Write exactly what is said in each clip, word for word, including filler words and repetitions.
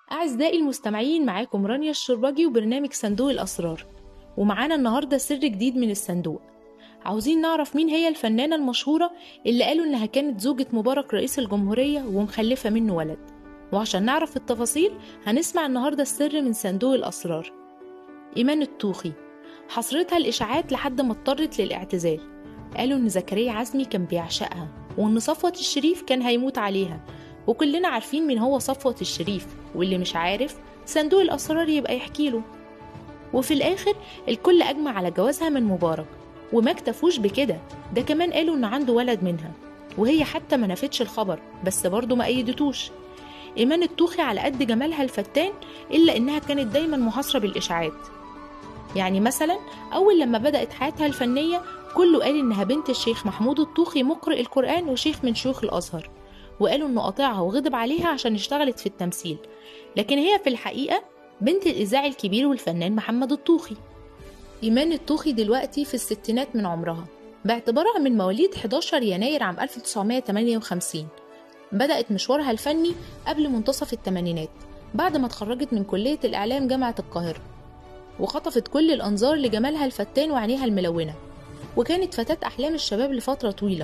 أعزائي المستمعين، معاكم رانيا الشربجي وبرنامج صندوق الأسرار. ومعانا النهاردة سر جديد من الصندوق. عاوزين نعرف مين هي الفنانة المشهورة اللي قالوا إنها كانت زوجة مبارك رئيس الجمهورية ومخلفة منه ولد. وعشان نعرف التفاصيل هنسمع النهاردة السر من صندوق الأسرار. إيمان الطوخي حصرتها الإشاعات لحد ما اضطرت للاعتزال. قالوا إن زكريا عزمي كان بيعشقها وإن صفوة الشريف كان هيموت عليها، وكلنا عارفين مين هو صفوة الشريف، واللي مش عارف صندوق الأسرار يبقى يحكي له. وفي الآخر الكل أجمع على جوازها من مبارك، وما اكتفوش بكده، ده كمان قالوا إن عنده ولد منها، وهي حتى ما نفتش الخبر بس برضه ما أيدتوش. إيمان الطوخي على قد جمالها الفتان إلا إنها كانت دايما محاصرة بالإشاعات. يعني مثلا أول لما بدأت حياتها الفنية كله قال إنها بنت الشيخ محمود الطوخي مقرئ القرآن وشيخ من شيوخ الأزهر، وقالوا إنه قاطعها وغضب عليها عشان اشتغلت في التمثيل، لكن هي في الحقيقة بنت الإذاعي الكبير والفنان محمد الطوخي. إيمان الطوخي دلوقتي في الستينات من عمرها، باعتبارها من مواليد حداشر يناير عام ألف وتسعمائة وثمانية وخمسين. بدأت مشوارها الفني قبل منتصف الثمانينات بعد ما اتخرجت من كلية الإعلام جامعة القاهرة، وخطفت كل الأنظار لجمالها الفتان وعينيها الملونة، وكانت فتاة أحلام الشباب لفترة طويلة.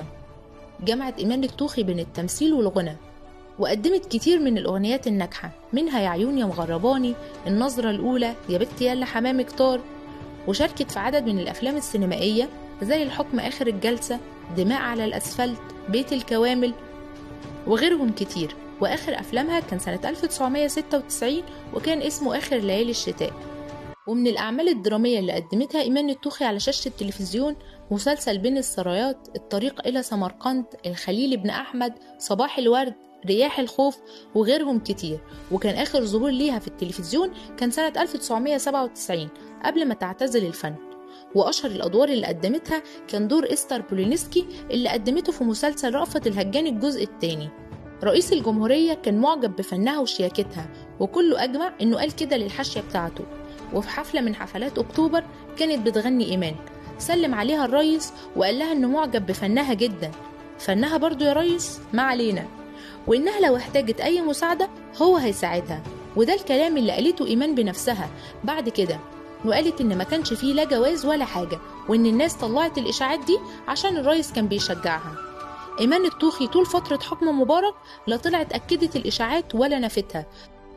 جمعت إيمان الطوخي بين التمثيل والغنى، وقدمت كتير من الأغنيات الناجحة، منها يا عيون يا مغرباني، النظرة الأولى، يا بنت يلا حمامك طار. وشاركت في عدد من الأفلام السينمائية زي الحكم آخر الجلسة، دماء على الأسفلت، بيت الكوامل، وغيرهم كتير. وآخر أفلامها كان سنة ألف وتسعمائة وستة وتسعين وكان اسمه آخر ليالي الشتاء. ومن الأعمال الدرامية اللي قدمتها إيمان الطوخي على شاشة التلفزيون مسلسل بين السرايات، الطريق إلى سمرقند، الخليل بن أحمد، صباح الورد، رياح الخوف، وغيرهم كتير. وكان آخر ظهور ليها في التلفزيون كان سنة ألف وتسعمائة وسبعة وتسعين قبل ما تعتزل الفن. وأشهر الأدوار اللي قدمتها كان دور إستر بولينسكي اللي قدمته في مسلسل رأفت الهجان الجزء الثاني. رئيس الجمهورية كان معجب بفنها وشياكتها، وكله أجمع إنه قال كده للحاشية بتاعته. وفي حفلة من حفلات أكتوبر كانت بتغني إيمان، سلم عليها الرئيس وقال لها إنه معجب بفنها جدا، فنها برضو يا ريس ما علينا، وإنها لو احتاجت أي مساعدة هو هيساعدها. وده الكلام اللي قالته إيمان بنفسها بعد كده، وقالت إن ما كانش فيه لا جواز ولا حاجة، وإن الناس طلعت الإشاعات دي عشان الرئيس كان بيشجعها. إيمان الطوخي طول فترة حكم مبارك لا طلعت أكدت الإشاعات ولا نفتها،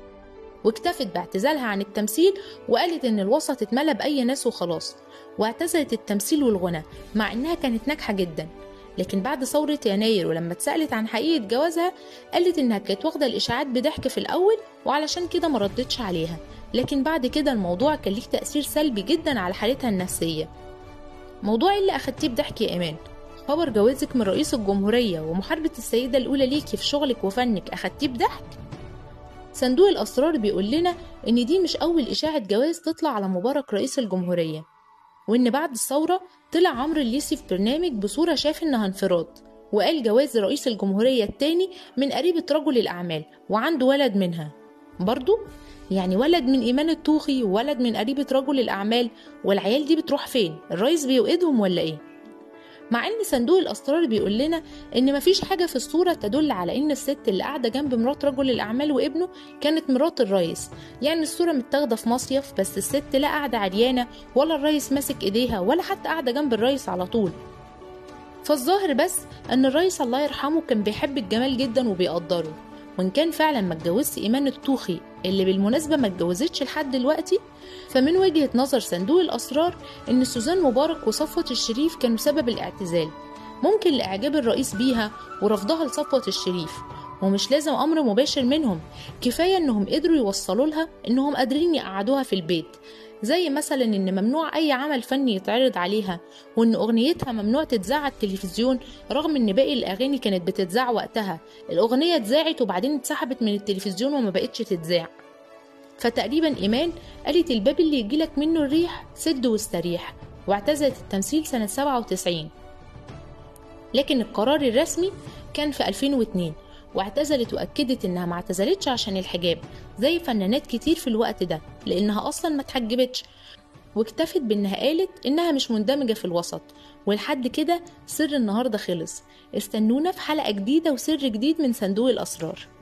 واكتفت باعتزالها عن التمثيل وقالت إن الوسط اتملى بأي ناس وخلاص، واعتزلت التمثيل والغنى مع إنها كانت ناجحة جدا. لكن بعد ثورة يناير ولما اتسألت عن حقيقة جوازها قالت إنها كانت واخدة الإشاعات بضحك في الأول وعلشان كده ما ردتش عليها، لكن بعد كده الموضوع كان ليه تأثير سلبي جدا على حالتها النفسية. موضوع اللي أخدتيه بضحك يا إيمان، خبر جوازك من رئيس الجمهورية ومحاربة السيدة الأولى ليكي في شغلك وفنك أخدتيه بضحك؟ صندوق الأسرار بيقول لنا إن دي مش أول إشاعة جواز تطلع على مبارك رئيس الجمهورية، وإن بعد الثورة طلع عمرو الليثي في برنامج بصورة شاف إنها انفراد، وقال جواز رئيس الجمهورية التاني من قريبة رجل الأعمال وعنده ولد منها. برضو يعني ولد من إيمان الطوخي وولد من قريبة رجل الأعمال، والعيال دي بتروح فين؟ الرئيس بيوقدهم ولا إيه؟ مع ان صندوق الاسرار بيقول لنا ان مفيش حاجه في الصوره تدل على ان الست اللي قاعده جنب مرات رجل الاعمال وابنه كانت مرات الرئيس. يعني الصوره متاخده في مصيف، بس الست لا قاعده عريانه ولا الرئيس ماسك ايديها ولا حتى قاعده جنب الرئيس على طول. فالظاهر بس ان الرئيس الله يرحمه كان بيحب الجمال جدا وبيقدره. وان كان فعلا ما اتجوزش ايمان الطوخي اللي بالمناسبه ما اتجوزتش لحد دلوقتي، فمن وجهة نظر صندوق الأسرار إن سوزان مبارك وصفوة الشريف كانوا سبب الاعتزال، ممكن لإعجاب الرئيس بيها ورفضها لصفوة الشريف، ومش لازم أمر مباشر منهم، كفاية إنهم قدروا يوصلوا لها إنهم قادرين يقعدوها في البيت، زي مثلا إن ممنوع أي عمل فني يتعرض عليها، وإن أغنيتها ممنوع تتذاع على التلفزيون رغم إن باقي الأغاني كانت بتتذاع وقتها. الأغنية اتذاعت وبعدين اتسحبت من التلفزيون وما بقتش تتذاع. فتقريبا إيمان قالت الباب اللي يجيلك منه الريح سد واستريح، واعتزلت التمثيل سنة سبعة وتسعين. لكن القرار الرسمي كان في ألفين واثنين، واعتزلت وأكدت إنها ما اعتزلتش عشان الحجاب زي فنانات كتير في الوقت ده، لأنها أصلا ما اتحجبتش، واكتفت بإنها قالت إنها مش مندمجة في الوسط. ولحد كده سر النهاردة خلص، استنونا في حلقة جديدة وسر جديد من صندوق الأسرار.